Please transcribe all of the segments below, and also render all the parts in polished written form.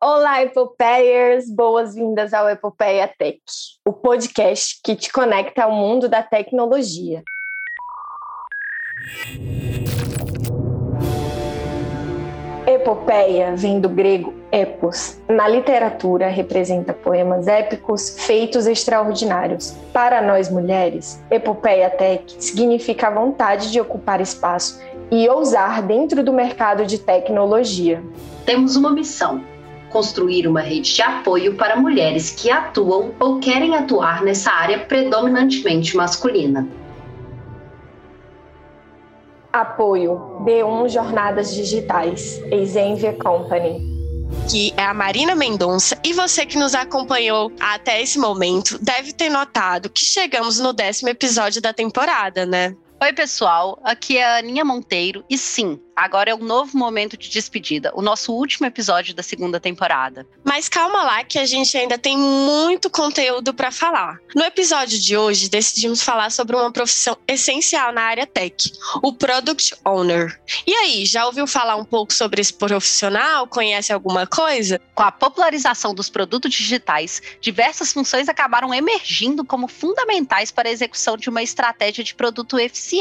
Olá, Epopeiers! Boas-vindas ao Epopeia Tech, o podcast que te conecta ao mundo da tecnologia. Epopeia vem do grego epos. Na literatura, representa poemas épicos feitos extraordinários. Para nós mulheres, Epopeia Tech significa a vontade de ocupar espaço e ousar dentro do mercado de tecnologia. Temos uma missão: construir uma rede de apoio para mulheres que atuam ou querem atuar nessa área predominantemente masculina. Apoio D1 Jornadas Digitais, Exenvia Company. Que é a Marina Mendonça, e você que nos acompanhou até esse momento deve ter notado que chegamos no 10º episódio da temporada, né? Oi pessoal, aqui é a Aninha Monteiro e sim, agora é um novo momento de despedida, o nosso último episódio da 2ª temporada. Mas calma lá que a gente ainda tem muito conteúdo para falar. No episódio de hoje, decidimos falar sobre uma profissão essencial na área tech, o Product Owner. E aí, já ouviu falar um pouco sobre esse profissional? Conhece alguma coisa? Com a popularização dos produtos digitais, diversas funções acabaram emergindo como fundamentais para a execução de uma estratégia de produto eficiente.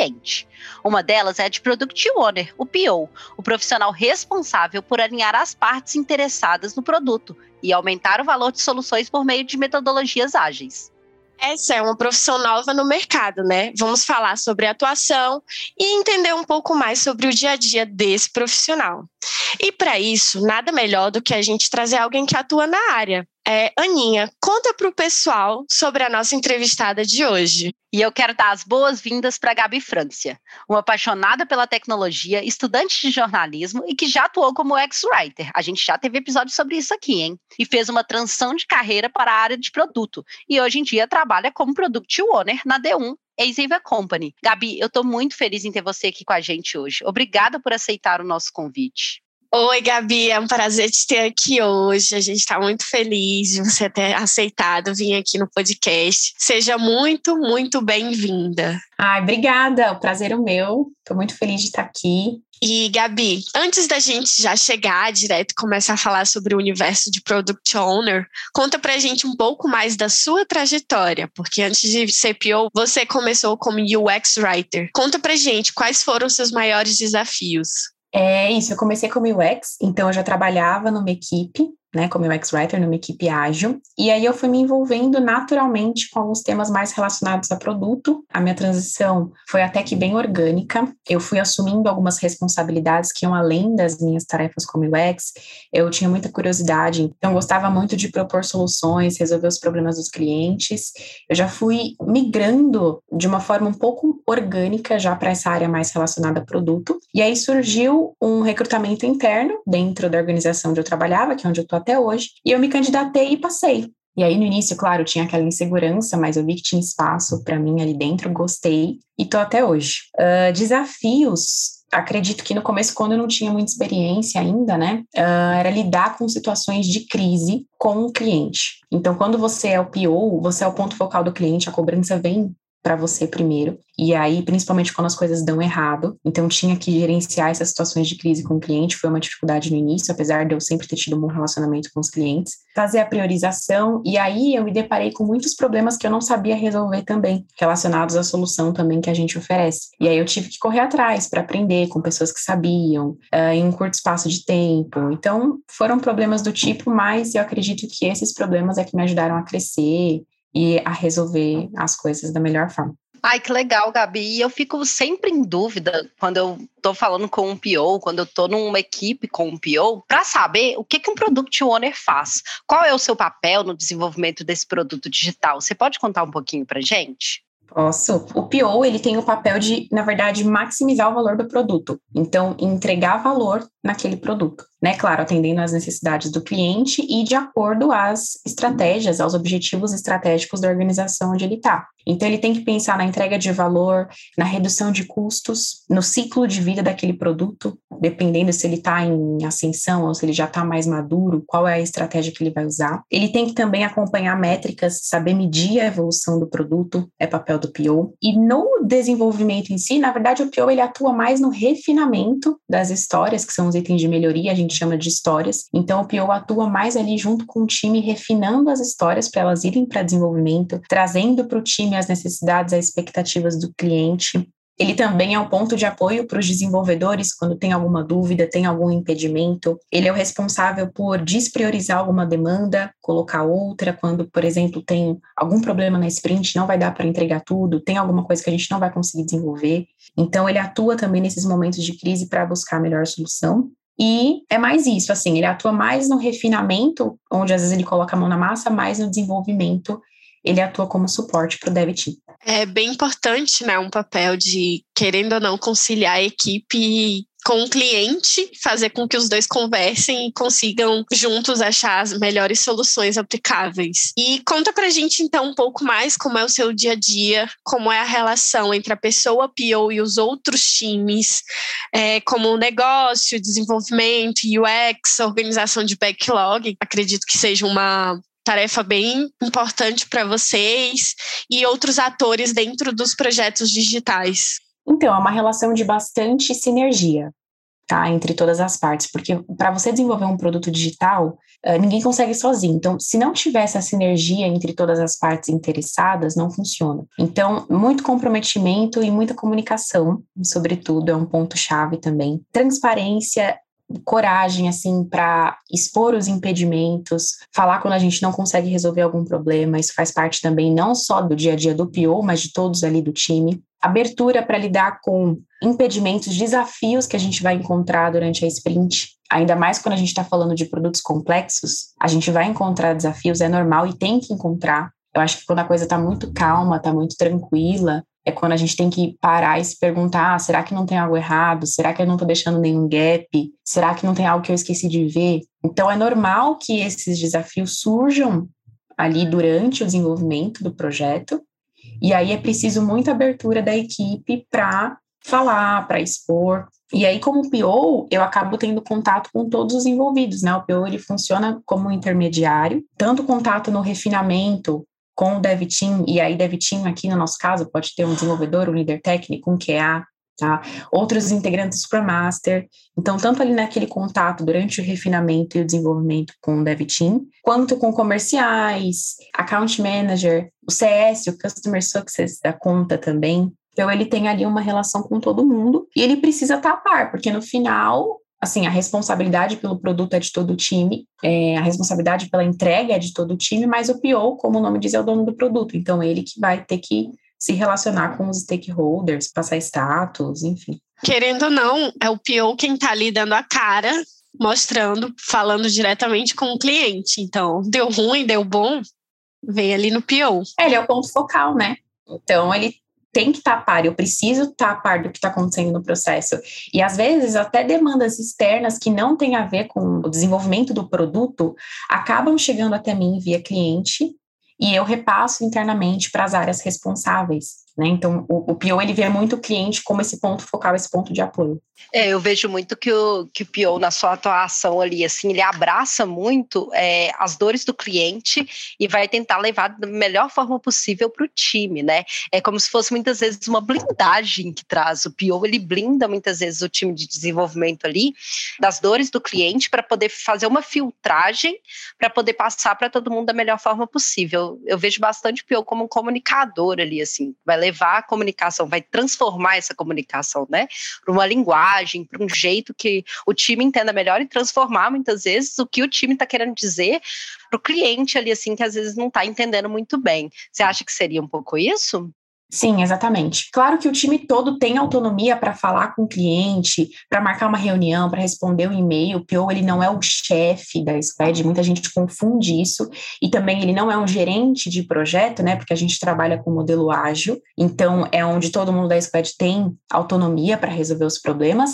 Uma delas é a de Product Owner, o PO, o profissional responsável por alinhar as partes interessadas no produto e aumentar o valor de soluções por meio de metodologias ágeis. Essa é uma profissão nova no mercado, né? Vamos falar sobre a atuação e entender um pouco mais sobre o dia a dia desse profissional. E para isso, nada melhor do que a gente trazer alguém que atua na área. Aninha, conta para o pessoal sobre a nossa entrevistada de hoje. E eu quero dar as boas-vindas para a Gabi Frância, uma apaixonada pela tecnologia, estudante de jornalismo e que já atuou como UX-Writer. A gente já teve episódio sobre isso aqui, hein? E fez uma transição de carreira para a área de produto. E hoje em dia trabalha como Product Owner na D1 Exenvia Company. Gabi, eu estou muito feliz em ter você aqui com a gente hoje. Obrigada por aceitar o nosso convite. Oi, Gabi, é um prazer te ter aqui hoje. A gente está muito feliz de você ter aceitado vir aqui no podcast. Seja muito, muito bem-vinda. Ai, obrigada, o prazer é o meu. Estou muito feliz de estar aqui. E, Gabi, antes da gente já chegar direto e começar a falar sobre o universo de Product Owner, conta pra gente um pouco mais da sua trajetória, porque antes de ser PO, você começou como UX Writer. Conta pra gente quais foram os seus maiores desafios. É isso, eu comecei como UX, então eu já trabalhava numa equipe, né, como UX Writer, numa equipe ágil, e aí eu fui me envolvendo naturalmente com alguns temas mais relacionados a produto. A minha transição foi até que bem orgânica, eu fui assumindo algumas responsabilidades que iam além das minhas tarefas como UX, eu tinha muita curiosidade, então gostava muito de propor soluções, resolver os problemas dos clientes, eu já fui migrando de uma forma um pouco orgânica já para essa área mais relacionada a produto, e aí surgiu um recrutamento interno dentro da organização onde eu trabalhava, que é onde eu estou até hoje, e eu me candidatei e passei. E aí no início, claro, tinha aquela insegurança, mas eu vi que tinha espaço para mim ali dentro, gostei e estou até hoje. Desafios, acredito que no começo, quando eu não tinha muita experiência ainda, né, era lidar com situações de crise com o cliente. Então, quando você é o PO, você é o ponto focal do cliente, a cobrança vem para você primeiro, e aí principalmente quando as coisas dão errado, então tinha que gerenciar essas situações de crise com o cliente, foi uma dificuldade no início, apesar de eu sempre ter tido um bom relacionamento com os clientes, fazer a priorização, e aí eu me deparei com muitos problemas que eu não sabia resolver também, relacionados à solução também que a gente oferece, e aí eu tive que correr atrás para aprender com pessoas que sabiam, em um curto espaço de tempo, então foram problemas do tipo, mas eu acredito que esses problemas é que me ajudaram a crescer e a resolver as coisas da melhor forma. Ai, que legal, Gabi. E eu fico sempre em dúvida quando eu tô falando com um PO, quando eu tô numa equipe com um PO, para saber o que um Product Owner faz. Qual é o seu papel no desenvolvimento desse produto digital? Você pode contar um pouquinho pra gente? Posso. O PO, ele tem o papel de, na verdade, maximizar o valor do produto. Então, entregar valor naquele produto, né? Claro, atendendo às necessidades do cliente e de acordo às estratégias, aos objetivos estratégicos da organização onde ele está. Então, ele tem que pensar na entrega de valor, na redução de custos, no ciclo de vida daquele produto, dependendo se ele está em ascensão ou se ele já está mais maduro, qual é a estratégia que ele vai usar. Ele tem que também acompanhar métricas, saber medir a evolução do produto, é papel do PO. E no desenvolvimento em si, na verdade, o PO ele atua mais no refinamento das histórias, que são os itens de melhoria. A gente gente chama de histórias. Então, o PO atua mais ali junto com o time, refinando as histórias para elas irem para desenvolvimento, trazendo para o time as necessidades, as expectativas do cliente. Ele também é um ponto de apoio para os desenvolvedores quando tem alguma dúvida, tem algum impedimento. Ele é o responsável por despriorizar alguma demanda, colocar outra. Quando, por exemplo, tem algum problema na sprint, não vai dar para entregar tudo, tem alguma coisa que a gente não vai conseguir desenvolver. Então, ele atua também nesses momentos de crise para buscar a melhor solução. E é mais isso, assim, ele atua mais no refinamento, onde às vezes ele coloca a mão na massa, mais no desenvolvimento. Ele atua como suporte para o Dev Team. É bem importante, né, um papel de, querendo ou não, conciliar a equipe com o cliente, fazer com que os dois conversem e consigam juntos achar as melhores soluções aplicáveis. E conta pra gente, então, um pouco mais como é o seu dia a dia, como é a relação entre a pessoa PO e os outros times, como o negócio, desenvolvimento, UX, organização de backlog. Acredito que seja uma tarefa bem importante para vocês e outros atores dentro dos projetos digitais. Então, é uma relação de bastante sinergia, tá, entre todas as partes, porque para você desenvolver um produto digital, ninguém consegue sozinho. Então, se não tiver essa sinergia entre todas as partes interessadas, não funciona. Então, muito comprometimento e muita comunicação, sobretudo, é um ponto-chave também. Transparência, coragem, assim, para expor os impedimentos, falar quando a gente não consegue resolver algum problema. Isso faz parte também não só do dia a dia do PO, mas de todos ali do time. Abertura para lidar com impedimentos, desafios que a gente vai encontrar durante a sprint. Ainda mais quando a gente está falando de produtos complexos, a gente vai encontrar desafios, é normal e tem que encontrar. Eu acho que quando a coisa está muito calma, está muito tranquila, é quando a gente tem que parar e se perguntar, será que não tem algo errado? Será que eu não estou deixando nenhum gap? Será que não tem algo que eu esqueci de ver? Então, é normal que esses desafios surjam ali durante o desenvolvimento do projeto, e aí é preciso muita abertura da equipe para falar, para expor. E aí, como PO, eu acabo tendo contato com todos os envolvidos, né? O PO, ele funciona como um intermediário, tanto contato no refinamento com o Dev Team, e aí Dev Team aqui no nosso caso pode ter um desenvolvedor, um líder técnico, um QA, tá? Outros integrantes Scrum Master. Então, tanto ali naquele contato durante o refinamento e o desenvolvimento com o Dev Team, quanto com comerciais, Account Manager, o CS, o Customer Success da conta também. Então, ele tem ali uma relação com todo mundo e ele precisa estar a par, porque no final, assim, a responsabilidade pelo produto é de todo o time, a responsabilidade pela entrega é de todo o time, mas o PO, como o nome diz, é o dono do produto. Então, ele que vai ter que se relacionar com os stakeholders, passar status, enfim. Querendo ou não, é o PO quem está ali dando a cara, mostrando, falando diretamente com o cliente. Então, deu ruim, deu bom, vem ali no PO. Ele é o ponto focal, né? Então, ele tem que estar a par, eu preciso estar a par do que está acontecendo no processo. E, às vezes, até demandas externas que não têm a ver com o desenvolvimento do produto acabam chegando até mim via cliente e eu repasso internamente para as áreas responsáveis, né? Então, o PO, ele vê muito o cliente como esse ponto focal, esse ponto de apoio. Eu vejo muito que o PO, na sua atuação ali, assim, ele abraça muito as dores do cliente e vai tentar levar da melhor forma possível para o time, né? É como se fosse muitas vezes uma blindagem que traz. O PO, ele blinda muitas vezes o time de desenvolvimento ali das dores do cliente para poder fazer uma filtragem, para poder passar para todo mundo da melhor forma possível. Eu vejo bastante o PO como um comunicador ali, assim, vai levar a comunicação, vai transformar essa comunicação, né, para uma linguagem, para um jeito que o time entenda melhor e transformar muitas vezes o que o time está querendo dizer para o cliente ali, assim, que às vezes não está entendendo muito bem. Você acha que seria um pouco isso? Sim, exatamente. Claro que o time todo tem autonomia para falar com o cliente, para marcar uma reunião, para responder um e-mail. O PO, ele não é o chefe da squad, muita gente confunde isso. E também ele não é um gerente de projeto, né? Porque a gente trabalha com modelo ágil. Então, é onde todo mundo da squad tem autonomia para resolver os problemas.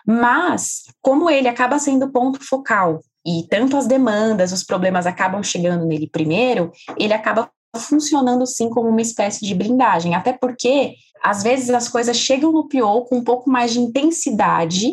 Mas, como ele acaba sendo ponto focal, e tanto as demandas, os problemas acabam chegando nele primeiro, ele acaba funcionando sim como uma espécie de blindagem, até porque às vezes as coisas chegam no PO com um pouco mais de intensidade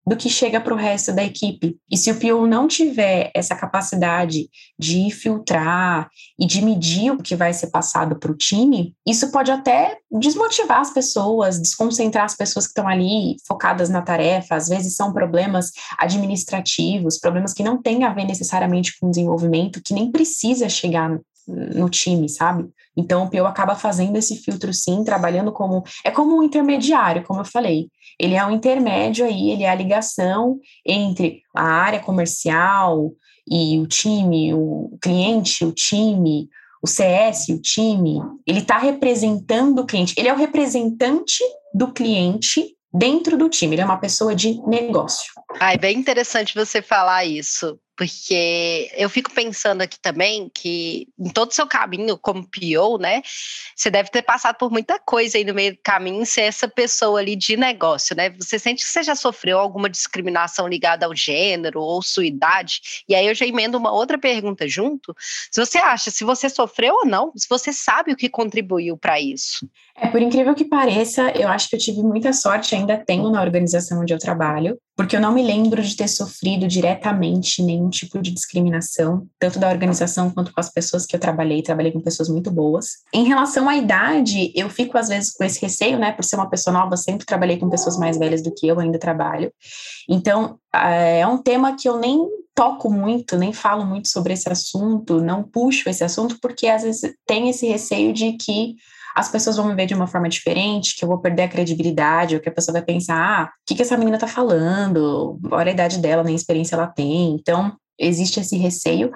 do que chega para o resto da equipe. E se o PO não tiver essa capacidade de filtrar e de medir o que vai ser passado para o time, isso pode até desmotivar as pessoas, desconcentrar as pessoas que estão ali focadas na tarefa. Às vezes são problemas administrativos, problemas que não têm a ver necessariamente com desenvolvimento, que nem precisa chegar no time, sabe? Então o PO acaba fazendo esse filtro sim, trabalhando como um intermediário, como eu falei. Ele é um intermédio aí, ele é a ligação entre a área comercial e o time, o cliente, o time, o CS, o time. Ele está representando o cliente, ele é o representante do cliente dentro do time, ele é uma pessoa de negócio. É bem interessante você falar isso, porque eu fico pensando aqui também que em todo o seu caminho como PO, né, você deve ter passado por muita coisa aí no meio do caminho, ser essa pessoa ali de negócio, né? Você sente que você já sofreu alguma discriminação ligada ao gênero ou sua idade? E aí eu já emendo uma outra pergunta junto. Se você acha, se você sofreu ou não, se você sabe o que contribuiu para isso? Por incrível que pareça, eu acho que eu tive muita sorte, ainda tenho na organização onde eu trabalho, porque eu não me lembro de ter sofrido diretamente nenhum tipo de discriminação, tanto da organização quanto com as pessoas que eu trabalhei com pessoas muito boas. Em relação à idade, eu fico às vezes com esse receio, né, por ser uma pessoa nova, sempre trabalhei com pessoas mais velhas do que eu, ainda trabalho. Então, é um tema que eu nem toco muito, nem falo muito sobre esse assunto, não puxo esse assunto, porque às vezes tem esse receio de que as pessoas vão me ver de uma forma diferente, que eu vou perder a credibilidade, ou que a pessoa vai pensar, o que essa menina tá falando? Olha a idade dela, nem experiência ela tem. Então, existe esse receio,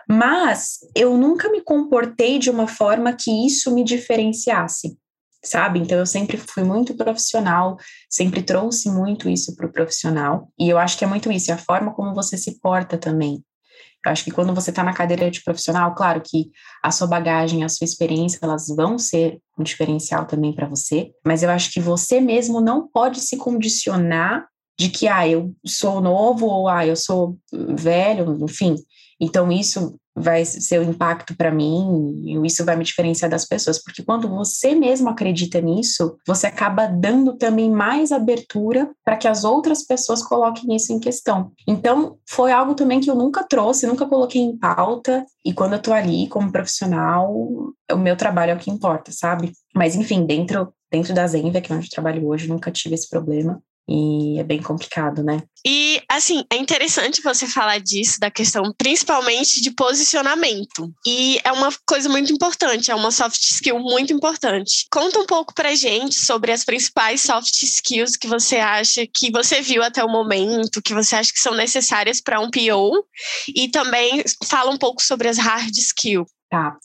mas eu nunca me comportei de uma forma que isso me diferenciasse, sabe? Então, eu sempre fui muito profissional, sempre trouxe muito isso para o profissional, e eu acho que é muito isso, é a forma como você se porta também. Eu acho que quando você está na cadeira de profissional, claro que a sua bagagem, a sua experiência, elas vão ser um diferencial também para você, mas eu acho que você mesmo não pode se condicionar de que, eu sou novo ou, eu sou velho, enfim. Então, isso vai ser o impacto para mim e isso vai me diferenciar das pessoas, porque quando você mesmo acredita nisso, você acaba dando também mais abertura para que as outras pessoas coloquem isso em questão. Então, foi algo também que eu nunca trouxe, nunca coloquei em pauta, e quando eu tô ali como profissional, o meu trabalho é o que importa, sabe? Mas, enfim, dentro da Zenvia, que é onde eu trabalho hoje, nunca tive esse problema. E é bem complicado, né? E, assim, é interessante você falar disso, da questão principalmente de posicionamento. E é uma coisa muito importante, é uma soft skill muito importante. Conta um pouco pra gente sobre as principais soft skills que você acha que você viu até o momento, que você acha que são necessárias para um PO. E também fala um pouco sobre as hard skills. Tá,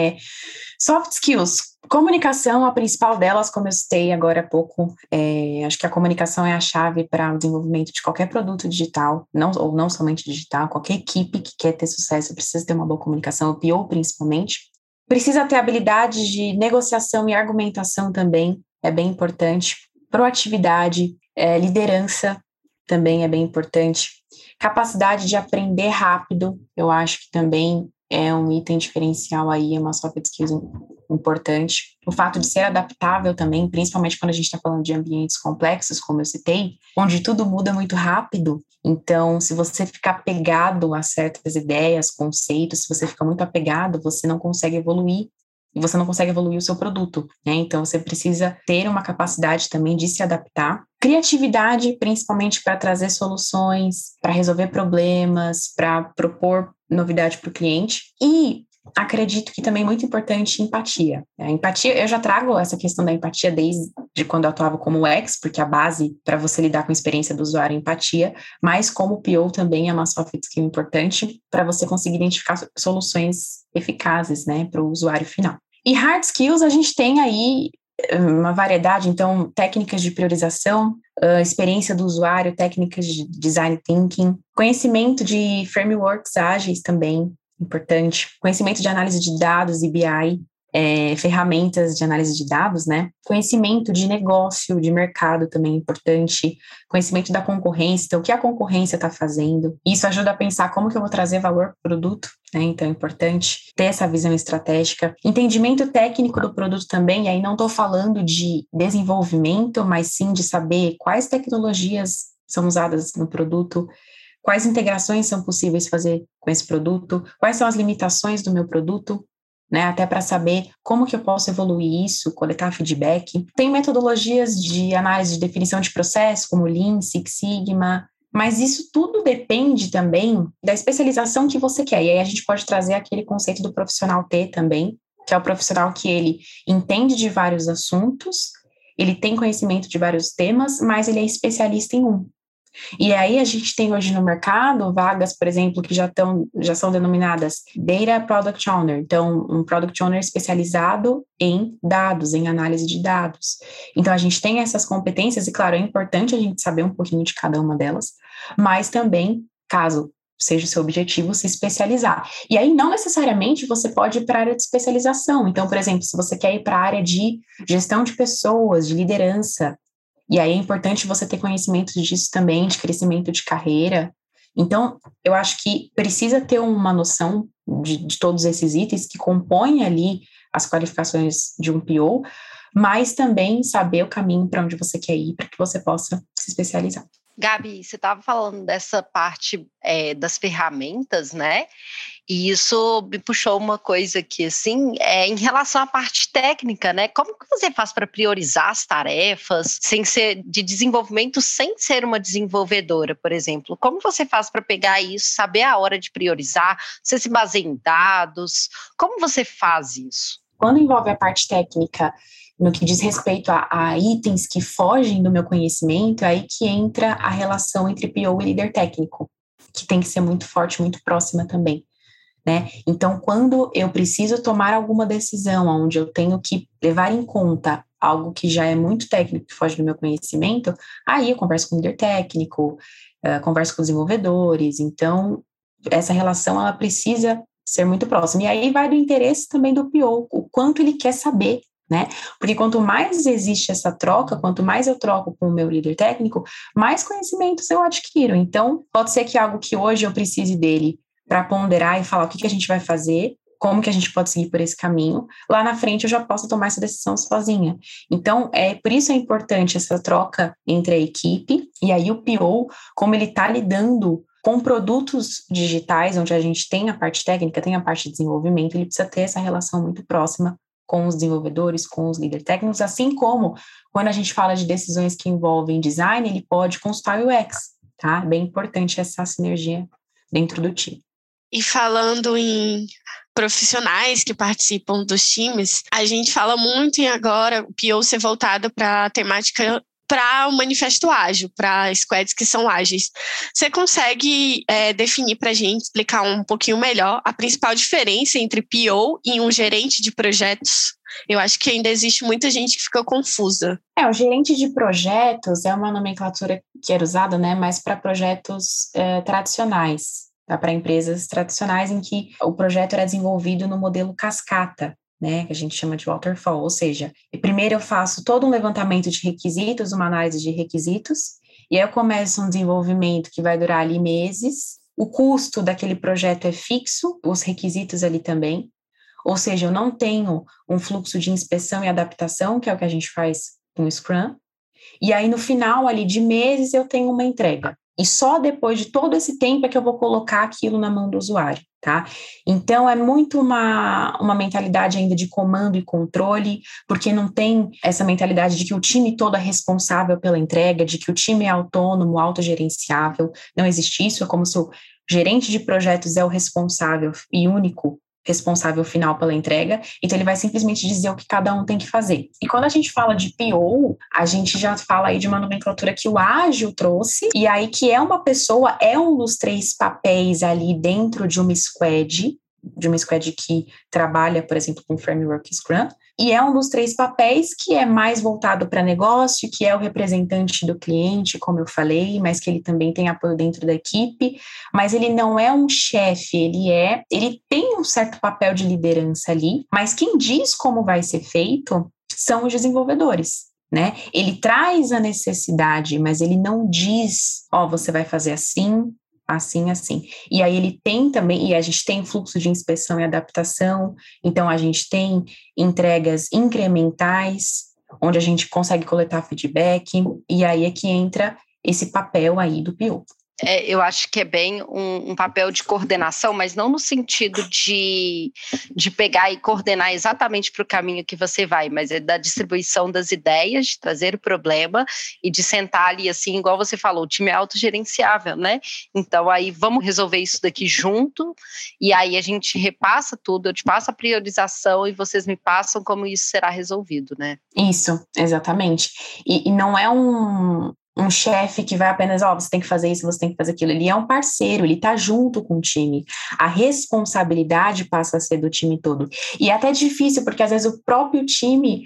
soft skills. Comunicação, a principal delas, como eu citei agora há pouco, acho que a comunicação é a chave para o desenvolvimento de qualquer produto digital, não somente digital, qualquer equipe que quer ter sucesso precisa ter uma boa comunicação, o PO principalmente. Precisa ter habilidade de negociação e argumentação também, é bem importante. Proatividade, liderança também é bem importante. Capacidade de aprender rápido, eu acho que também é um item diferencial aí, é uma soft skill importante. O fato de ser adaptável também, principalmente quando a gente está falando de ambientes complexos, como eu citei, onde tudo muda muito rápido. Então, se você ficar apegado a certas ideias, conceitos, se você fica muito apegado, você não consegue evoluir. E você não consegue evoluir o seu produto, né? Então, você precisa ter uma capacidade também de se adaptar. Criatividade, principalmente para trazer soluções, para resolver problemas, para propor novidade para o cliente. E acredito que também é muito importante empatia. A empatia, eu já trago essa questão da empatia desde quando eu atuava como UX, porque a base para você lidar com a experiência do usuário é empatia, mas como PO também é uma soft skill importante para você conseguir identificar soluções eficazes, né, para o usuário final. E hard skills, a gente tem aí uma variedade, então, técnicas de priorização, experiência do usuário, técnicas de design thinking, conhecimento de frameworks ágeis também, importante, conhecimento de análise de dados e BI, ferramentas de análise de dados, né? Conhecimento de negócio, de mercado também é importante, conhecimento da concorrência, então o que a concorrência está fazendo. Isso ajuda a pensar como que eu vou trazer valor para o produto, né? Então é importante ter essa visão estratégica. Entendimento técnico do produto também, e aí não estou falando de desenvolvimento, mas sim de saber quais tecnologias são usadas no produto, quais integrações são possíveis fazer com esse produto, quais são as limitações do meu produto, né, até para saber como que eu posso evoluir isso, coletar feedback. Tem metodologias de análise de definição de processo, como Lean, Six Sigma, mas isso tudo depende também da especialização que você quer. E aí a gente pode trazer aquele conceito do profissional T também, que é o profissional que ele entende de vários assuntos, ele tem conhecimento de vários temas, mas ele é especialista em um. E aí a gente tem hoje no mercado vagas, por exemplo, que já são denominadas Data Product Owner, então um Product Owner especializado em dados, em análise de dados. Então a gente tem essas competências e, claro, é importante a gente saber um pouquinho de cada uma delas, mas também, caso seja o seu objetivo, se especializar. E aí não necessariamente você pode ir para a área de especialização. Então, por exemplo, se você quer ir para a área de gestão de pessoas, de liderança, e aí é importante você ter conhecimento disso também, de crescimento de carreira. Então, eu acho que precisa ter uma noção de todos esses itens que compõem ali as qualificações de um PO, mas também saber o caminho para onde você quer ir, para que você possa se especializar. Gabi, você estava falando dessa parte das ferramentas, né? E isso me puxou uma coisa aqui, assim, em relação à parte técnica, né? Como que você faz para priorizar as tarefas sem ser de desenvolvimento, sem ser uma desenvolvedora, por exemplo? Como você faz para pegar isso, saber a hora de priorizar? Você se baseia em dados? Como você faz isso? Quando envolve a parte técnica, no que diz respeito a itens que fogem do meu conhecimento, é aí que entra a relação entre PO e líder técnico, que tem que ser muito forte, muito próxima também, né? Então, quando eu preciso tomar alguma decisão, onde eu tenho que levar em conta algo que já é muito técnico, que foge do meu conhecimento, aí eu converso com o líder técnico, converso com os desenvolvedores. Então, essa relação, ela precisa ser muito próxima. E aí vai do interesse também do PO, o quanto ele quer saber, né? Porque quanto mais existe essa troca, quanto mais eu troco com o meu líder técnico, mais conhecimentos eu adquiro. Então, pode ser que algo que hoje eu precise dele para ponderar e falar o que a gente vai fazer, como que a gente pode seguir por esse caminho, lá na frente eu já posso tomar essa decisão sozinha. Então, por isso é importante essa troca entre a equipe, e aí o PO, como ele está lidando com produtos digitais, onde a gente tem a parte técnica, tem a parte de desenvolvimento, ele precisa ter essa relação muito próxima com os desenvolvedores, com os líderes técnicos, assim como quando a gente fala de decisões que envolvem design, ele pode consultar o UX, tá? Bem importante essa sinergia dentro do time. E falando em profissionais que participam dos times, a gente fala muito em agora o PO ser voltado para a temática, para o manifesto ágil, para squads que são ágeis. Você consegue definir para a gente, explicar um pouquinho melhor a principal diferença entre PO e um gerente de projetos? Eu acho que ainda existe muita gente que fica confusa. O gerente de projetos é uma nomenclatura que era usada, né, mais para projetos tradicionais, tá? Para empresas tradicionais em que o projeto era desenvolvido no modelo cascata, né, que a gente chama de waterfall, ou seja, primeiro eu faço todo um levantamento de requisitos, uma análise de requisitos, e aí eu começo um desenvolvimento que vai durar ali meses, o custo daquele projeto é fixo, os requisitos ali também, ou seja, eu não tenho um fluxo de inspeção e adaptação, que é o que a gente faz com o Scrum, e aí no final ali de meses eu tenho uma entrega. E só depois de todo esse tempo é que eu vou colocar aquilo na mão do usuário, tá? Então, é muito uma mentalidade ainda de comando e controle, porque não tem essa mentalidade de que o time todo é responsável pela entrega, de que o time é autônomo, autogerenciável. Não existe isso, é como se o gerente de projetos é o responsável e único responsável final pela entrega, então ele vai simplesmente dizer o que cada um tem que fazer. E quando a gente fala de PO, a gente já fala aí de uma nomenclatura que o Ágil trouxe, e aí que é uma pessoa, é um dos 3 papéis ali dentro de uma squad que trabalha, por exemplo, com framework Scrum, e é um dos 3 papéis que é mais voltado para negócio, que é o representante do cliente, como eu falei, mas que ele também tem apoio dentro da equipe, mas ele não é um chefe, ele tem um certo papel de liderança ali, mas quem diz como vai ser feito são os desenvolvedores, né? Ele traz a necessidade, mas ele não diz, você vai fazer assim, assim. E aí ele tem também, e a gente tem fluxo de inspeção e adaptação, então a gente tem entregas incrementais, onde a gente consegue coletar feedback, e aí é que entra esse papel aí do PO. Eu acho que é bem um papel de coordenação, mas não no sentido de pegar e coordenar exatamente para o caminho que você vai, mas é da distribuição das ideias, de trazer o problema e de sentar ali, assim, igual você falou, o time é autogerenciável, né? Então, aí vamos resolver isso daqui junto, e aí a gente repassa tudo, eu te passo a priorização e vocês me passam como isso será resolvido, né? Isso, exatamente. E não é um chefe que vai apenas, você tem que fazer isso, você tem que fazer aquilo. Ele é um parceiro, ele tá junto com o time. A responsabilidade passa a ser do time todo. E é até difícil, porque às vezes o próprio time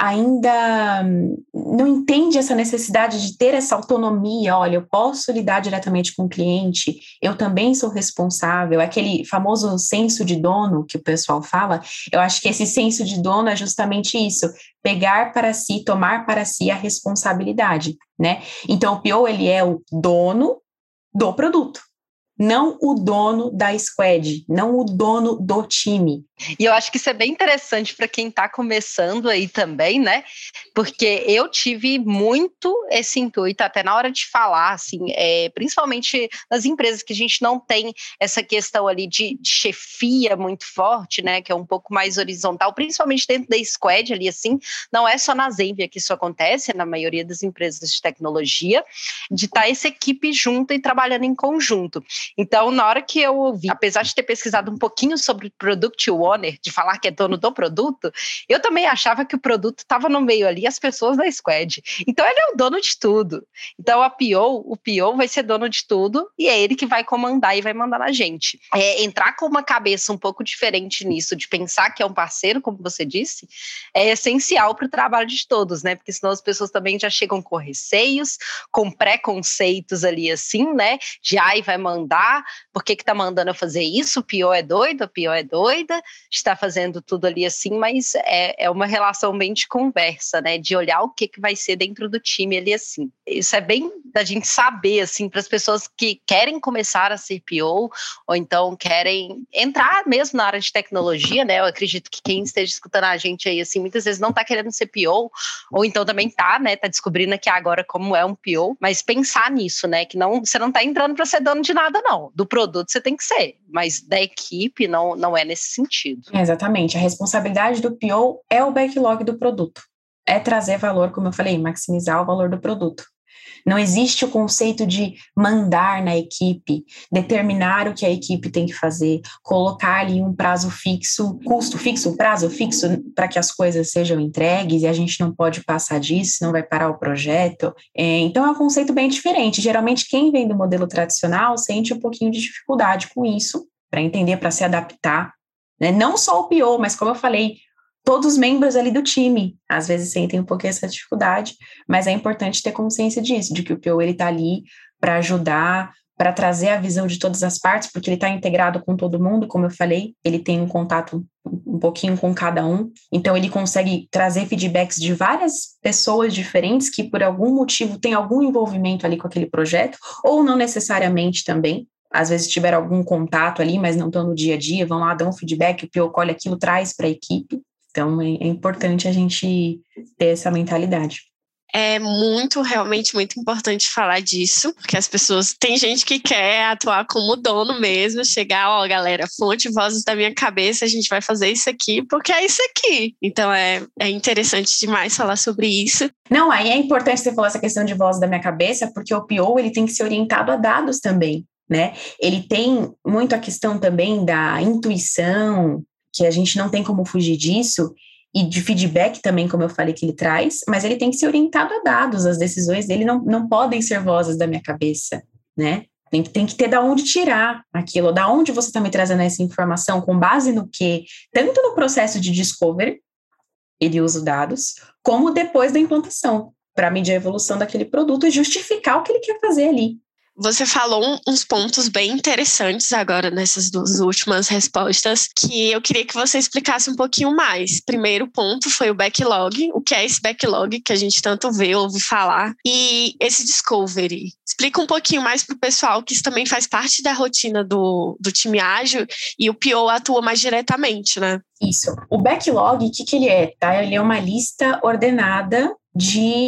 ainda não entende essa necessidade de ter essa autonomia. Olha, eu posso lidar diretamente com o cliente, eu também sou responsável. Aquele famoso senso de dono que o pessoal fala, eu acho que esse senso de dono é justamente isso, pegar para si, tomar para si a responsabilidade, né? Então, o PO, ele é o dono do produto, não o dono da squad, não o dono do time. E eu acho que isso é bem interessante para quem está começando aí também, né? Porque eu tive muito esse intuito, até na hora de falar, assim, principalmente nas empresas que a gente não tem essa questão ali de chefia muito forte, né? Que é um pouco mais horizontal, principalmente dentro da squad ali, assim, não é só na Zenvia que isso acontece, é na maioria das empresas de tecnologia, de estar essa equipe junta e trabalhando em conjunto. Então, na hora que eu ouvi, apesar de ter pesquisado um pouquinho sobre Product Owner, de falar que é dono do produto, eu também achava que o produto estava no meio ali, as pessoas da squad. Então, ele é o dono de tudo. Então, o PO vai ser dono de tudo e é ele que vai comandar e vai mandar na gente. Entrar com uma cabeça um pouco diferente nisso, de pensar que é um parceiro, como você disse, é essencial para o trabalho de todos, né? Porque senão as pessoas também já chegam com receios, com preconceitos ali assim, né? De vai mandar, por que tá mandando eu fazer isso? O PO é doido, a PO é doida, está fazendo tudo ali assim, mas é uma relação bem de conversa, né? De olhar o que vai ser dentro do time ali assim. Isso é bem da gente saber, assim, para as pessoas que querem começar a ser PO, ou então querem entrar mesmo na área de tecnologia, né? Eu acredito que quem esteja escutando a gente aí, assim, muitas vezes não tá querendo ser PO, ou então também tá, né? Tá descobrindo aqui agora como é um PO, mas pensar nisso, né? Que você não tá entrando para ser dono de nada, não. Do produto você tem que ser, mas da equipe não é nesse sentido. Exatamente. A responsabilidade do PO é o backlog do produto. É trazer valor, como eu falei, maximizar o valor do produto. Não existe o conceito de mandar na equipe, determinar o que a equipe tem que fazer, colocar ali um prazo fixo, custo fixo, prazo fixo, para que as coisas sejam entregues e a gente não pode passar disso, senão vai parar o projeto. Então é um conceito bem diferente. Geralmente quem vem do modelo tradicional sente um pouquinho de dificuldade com isso, para entender, para se adaptar, né? Não só o PO, mas como eu falei, todos os membros ali do time, às vezes sentem um pouquinho essa dificuldade, mas é importante ter consciência disso, de que o PO ele está ali para ajudar, para trazer a visão de todas as partes, porque ele está integrado com todo mundo, como eu falei, ele tem um contato um pouquinho com cada um, então ele consegue trazer feedbacks de várias pessoas diferentes que por algum motivo têm algum envolvimento ali com aquele projeto, ou não necessariamente também. Às vezes tiver algum contato ali, mas não estão no dia a dia, vão lá, dão um feedback, o PO colhe aquilo, traz para a equipe. Então, é importante a gente ter essa mentalidade. É realmente muito importante falar disso, porque as pessoas, tem gente que quer atuar como dono mesmo, chegar, galera, fonte vozes da minha cabeça, a gente vai fazer isso aqui, porque é isso aqui. Então, é interessante demais falar sobre isso. Não, aí é importante você falar essa questão de voz da minha cabeça, porque o PO, ele tem que ser orientado a dados também, né? Ele tem muito a questão também da intuição, que a gente não tem como fugir disso, e de feedback também, como eu falei, que ele traz, mas ele tem que ser orientado a dados, as decisões dele não podem ser vozes da minha cabeça, né? Tem que ter da onde tirar aquilo, da onde você está me trazendo essa informação, com base no quê? Tanto no processo de discovery, ele usa os dados, como depois da implantação, para medir a evolução daquele produto e justificar o que ele quer fazer ali. Você falou uns pontos bem interessantes agora nessas duas últimas respostas que eu queria que você explicasse um pouquinho mais. Primeiro ponto foi o backlog. O que é esse backlog que a gente tanto vê, ouve falar? E esse discovery. Explica um pouquinho mais para o pessoal que isso também faz parte da rotina do time ágil e o PO atua mais diretamente, né? Isso. O backlog, o que ele é? Tá? Ele é uma lista ordenada de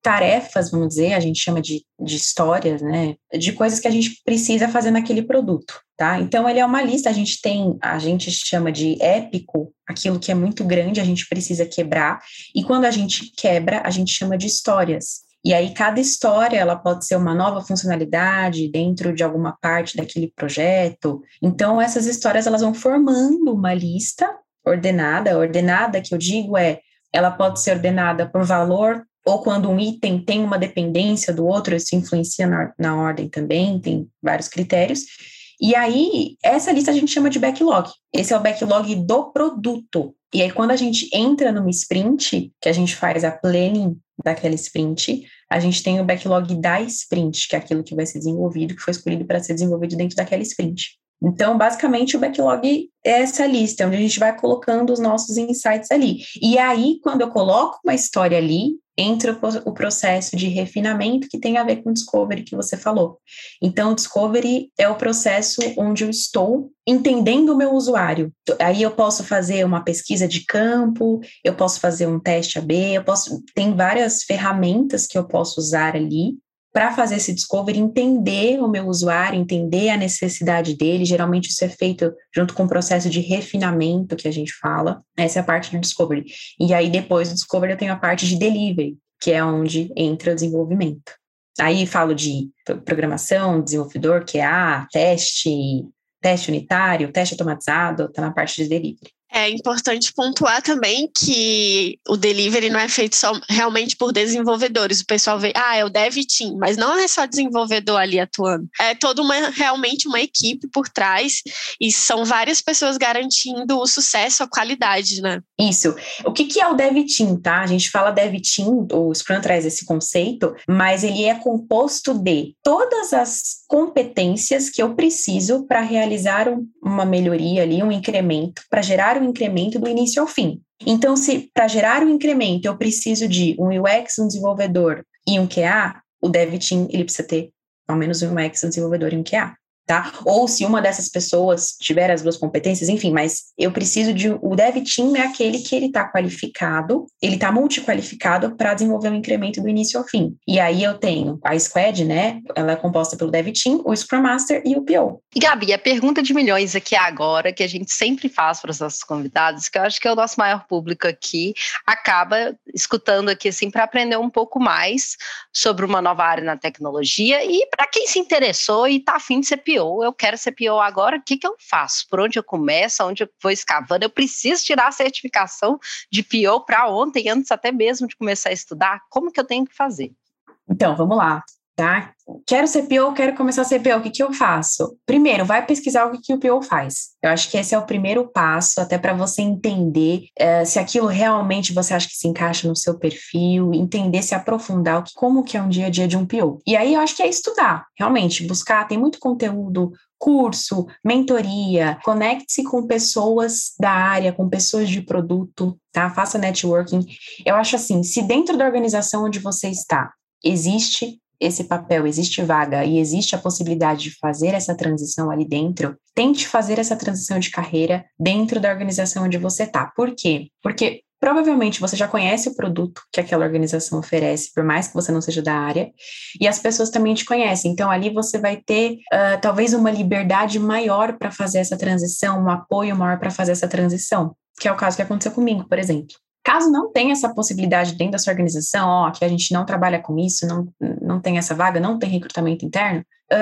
tarefas, vamos dizer, a gente chama de histórias, né? De coisas que a gente precisa fazer naquele produto, tá? Então, ele é uma lista, a gente chama de épico, aquilo que é muito grande, a gente precisa quebrar, e quando a gente quebra, a gente chama de histórias. E aí, cada história, ela pode ser uma nova funcionalidade dentro de alguma parte daquele projeto. Então, essas histórias, elas vão formando uma lista ordenada que eu digo ela pode ser ordenada por valor, ou quando um item tem uma dependência do outro, isso influencia na ordem também, tem vários critérios. E aí, essa lista a gente chama de backlog. Esse é o backlog do produto. E aí, quando a gente entra numa sprint, que a gente faz a planning daquela sprint, a gente tem o backlog da sprint, que é aquilo que vai ser desenvolvido, que foi escolhido para ser desenvolvido dentro daquela sprint. Então, basicamente, o backlog é essa lista, onde a gente vai colocando os nossos insights ali. E aí, quando eu coloco uma história ali, entra o processo de refinamento que tem a ver com o discovery que você falou. Então, o discovery é o processo onde eu estou entendendo o meu usuário. Aí eu posso fazer uma pesquisa de campo, eu posso fazer um teste AB, tem várias ferramentas que eu posso usar ali para fazer esse discovery, entender o meu usuário, entender a necessidade dele. Geralmente isso é feito junto com o processo de refinamento que a gente fala. Essa é a parte do discovery. E aí depois do discovery eu tenho a parte de delivery, que é onde entra o desenvolvimento. Aí falo de programação, desenvolvedor, QA, teste unitário, teste automatizado, está na parte de delivery. É importante pontuar também que o delivery não é feito só realmente por desenvolvedores. O pessoal vê, é o dev team, mas não é só desenvolvedor ali atuando. É realmente uma equipe por trás e são várias pessoas garantindo o sucesso, a qualidade, né? Isso. O que é o dev team, tá? A gente fala dev team, o Scrum traz esse conceito, mas ele é composto de todas as competências que eu preciso para realizar uma melhoria ali, um incremento, para gerar um incremento do início ao fim. Então, se para gerar um incremento eu preciso de um UX, um desenvolvedor e um QA, o dev team ele precisa ter ao menos um UX, um desenvolvedor e um QA. Tá? Ou se uma dessas pessoas tiver as duas competências, enfim, mas eu preciso o dev team é aquele que ele está qualificado, ele está multiqualificado para desenvolver um incremento do início ao fim. E aí eu tenho a squad, né? Ela é composta pelo dev team, o Scrum Master e o PO. E Gabi, a pergunta de milhões aqui agora, que a gente sempre faz para os nossos convidados, que eu acho que é o nosso maior público aqui, acaba escutando aqui assim para aprender um pouco mais sobre uma nova área na tecnologia e para quem se interessou e está afim de ser PO, eu quero ser PO agora, o que eu faço? Por onde eu começo? Onde eu vou escavando? Eu preciso tirar a certificação de PO para ontem, antes até mesmo de começar a estudar? Como que eu tenho que fazer? Então, vamos lá, tá? Quero ser PO, quero começar a ser PO, o que eu faço? Primeiro, vai pesquisar o que o PO faz. Eu acho que esse é o primeiro passo, até para você entender se aquilo realmente você acha que se encaixa no seu perfil, entender, se aprofundar como que é um dia a dia de um PO. E aí eu acho que é estudar, realmente, buscar, tem muito conteúdo, curso, mentoria, conecte-se com pessoas da área, com pessoas de produto, tá? Faça networking. Eu acho assim, se dentro da organização onde você está, existe esse papel, existe vaga e existe a possibilidade de fazer essa transição ali dentro, tente fazer essa transição de carreira dentro da organização onde você está. Por quê? Porque provavelmente você já conhece o produto que aquela organização oferece, por mais que você não seja da área, e as pessoas também te conhecem. Então, ali você vai ter talvez uma liberdade maior para fazer essa transição, um apoio maior para fazer essa transição, que é o caso que aconteceu comigo, por exemplo. Caso não tenha essa possibilidade dentro da sua organização, que a gente não trabalha com isso, não tem essa vaga, não tem recrutamento interno,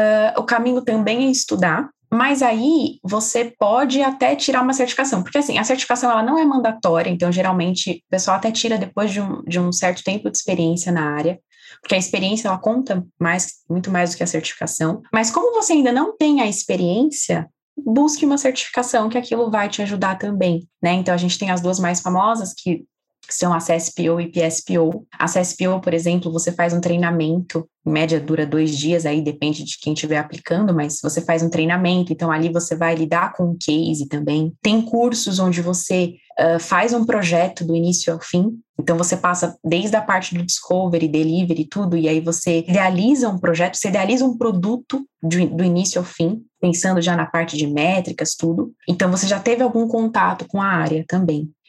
o caminho também é estudar, mas aí você pode até tirar uma certificação, porque assim, a certificação ela não é mandatória, então geralmente o pessoal até tira depois de um certo tempo de experiência na área, porque a experiência ela conta muito mais do que a certificação, mas como você ainda não tem a experiência, busque uma certificação que aquilo vai te ajudar também, né? Então a gente tem as duas mais famosas que são a CSPO e PSPO. A CSPO, por exemplo, você faz um treinamento, em média dura 2 dias, aí depende de quem estiver aplicando, mas você faz um treinamento, então ali você vai lidar com um case também. Tem cursos onde você faz um projeto do início ao fim, então você passa desde a parte do discovery, delivery, tudo, e aí você idealiza um projeto, você idealiza um produto do início ao fim, pensando já na parte de métricas, tudo. Então você já teve algum contato com a área também.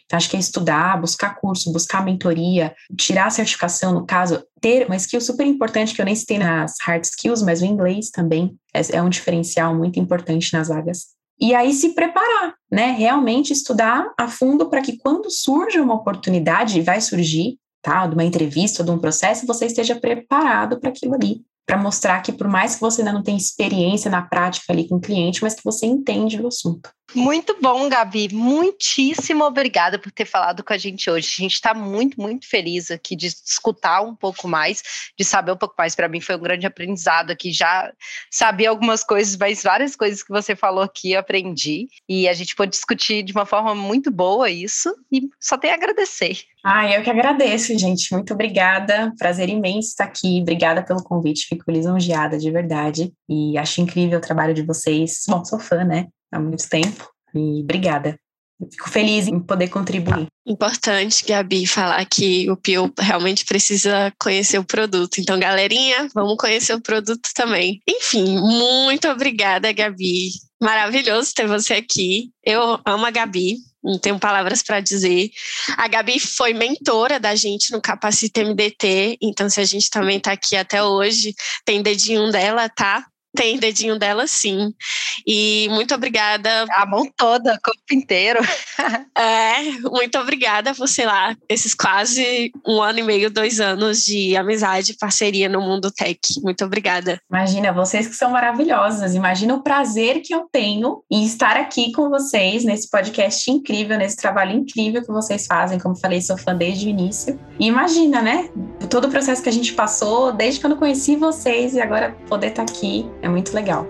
Então, acho que é estudar, buscar curso, buscar mentoria, tirar a certificação, no caso, ter uma skill super importante que eu nem citei nas hard skills, mas o inglês também é um diferencial muito importante nas vagas. E aí se preparar, né? Realmente estudar a fundo para que quando surja uma oportunidade, vai surgir, tá? De uma entrevista ou de um processo, você esteja preparado para aquilo ali. Para mostrar que por mais que você ainda não tenha experiência na prática ali com o cliente, mas que você entende do assunto. Muito bom, Gabi. Muitíssimo obrigada por ter falado com a gente hoje. A gente está muito, muito feliz aqui de escutar um pouco mais, de saber um pouco mais. Para mim foi um grande aprendizado aqui. Já sabia algumas coisas, mas várias coisas que você falou aqui eu aprendi. E a gente pôde discutir de uma forma muito boa isso. E só tenho a agradecer. Eu que agradeço, gente. Muito obrigada. Prazer imenso estar aqui. Obrigada pelo convite. Fico lisonjeada, de verdade. E acho incrível o trabalho de vocês. Bom, sou fã, né? Há muito tempo, e obrigada. Eu fico feliz em poder contribuir. Importante, Gabi, falar que o Pio realmente precisa conhecer o produto. Então, galerinha, vamos conhecer o produto também. Enfim, muito obrigada, Gabi. Maravilhoso ter você aqui. Eu amo a Gabi, não tenho palavras para dizer. A Gabi foi mentora da gente no Capacita MDT, então se a gente também está aqui até hoje, tem dedinho dela, tá? Tem dedinho dela, sim. E muito obrigada. A mão toda, o corpo inteiro. Muito obrigada por, sei lá, esses quase 1 ano e meio, 2 anos de amizade e parceria no mundo tech. Muito obrigada. Imagina, vocês que são maravilhosas. Imagina o prazer que eu tenho em estar aqui com vocês nesse podcast incrível, nesse trabalho incrível que vocês fazem. Como falei, sou fã desde o início. E imagina, né? Todo o processo que a gente passou, desde quando eu conheci vocês e agora poder estar aqui. É muito legal.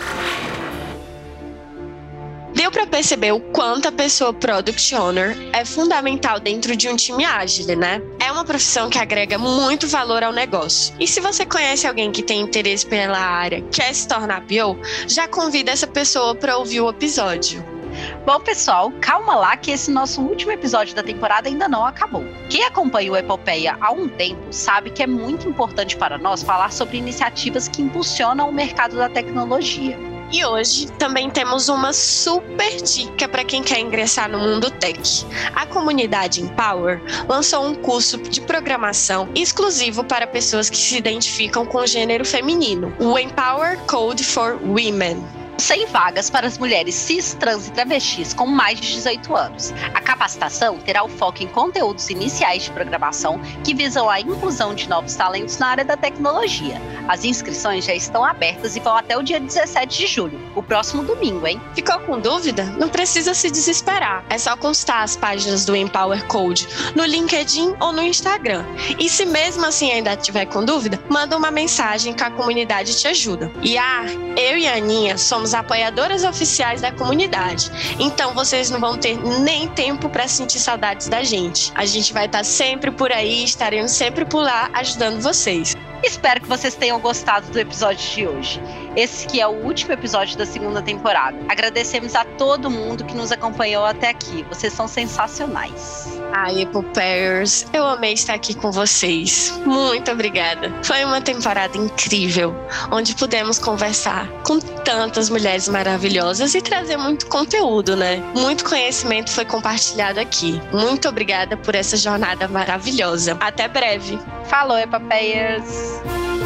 Deu para perceber o quanto a pessoa Product Owner é fundamental dentro de um time ágil, né? É uma profissão que agrega muito valor ao negócio. E se você conhece alguém que tem interesse pela área, quer se tornar PO, já convida essa pessoa para ouvir o episódio. Bom, pessoal, calma lá que esse nosso último episódio da temporada ainda não acabou. Quem acompanha o Epopeia há um tempo sabe que é muito importante para nós falar sobre iniciativas que impulsionam o mercado da tecnologia. E hoje também temos uma super dica para quem quer ingressar no mundo tech. A comunidade Empower lançou um curso de programação exclusivo para pessoas que se identificam com o gênero feminino, o Empower Code for Women. 100 vagas para as mulheres cis, trans e travestis com mais de 18 anos. A capacitação terá o foco em conteúdos iniciais de programação que visam a inclusão de novos talentos na área da tecnologia. As inscrições já estão abertas e vão até o dia 17 de julho, o próximo domingo, hein? Ficou com dúvida? Não precisa se desesperar. É só consultar as páginas do Empower Code no LinkedIn ou no Instagram. E se mesmo assim ainda tiver com dúvida, manda uma mensagem que a comunidade te ajuda. E eu e a Aninha somos apoiadoras oficiais da comunidade. Então vocês não vão ter nem tempo para sentir saudades da gente. A gente vai estar sempre por aí, estaremos sempre por lá ajudando vocês. Espero que vocês tenham gostado do episódio de hoje. Esse que é o último episódio da 2ª temporada. Agradecemos a todo mundo que nos acompanhou até aqui. Vocês são sensacionais. Ai, Epopeiers, eu amei estar aqui com vocês. Muito obrigada. Foi uma temporada incrível, onde pudemos conversar com tantas mulheres maravilhosas e trazer muito conteúdo, né? Muito conhecimento foi compartilhado aqui. Muito obrigada por essa jornada maravilhosa. Até breve. Falou, Epopeiers!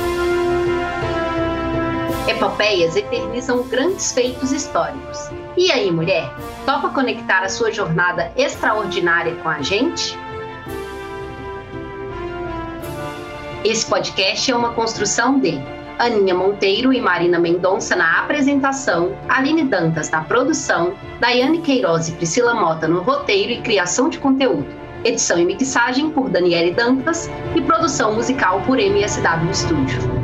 Epopeias eternizam grandes feitos históricos. E aí, mulher? Topa conectar a sua jornada extraordinária com a gente? Esse podcast é uma construção de Aninha Monteiro e Marina Mendonça na apresentação, Aline Dantas na produção, Daiane Queiroz e Priscila Mota no roteiro e criação de conteúdo, edição e mixagem por Daniele Dantas e produção musical por MSW Studio.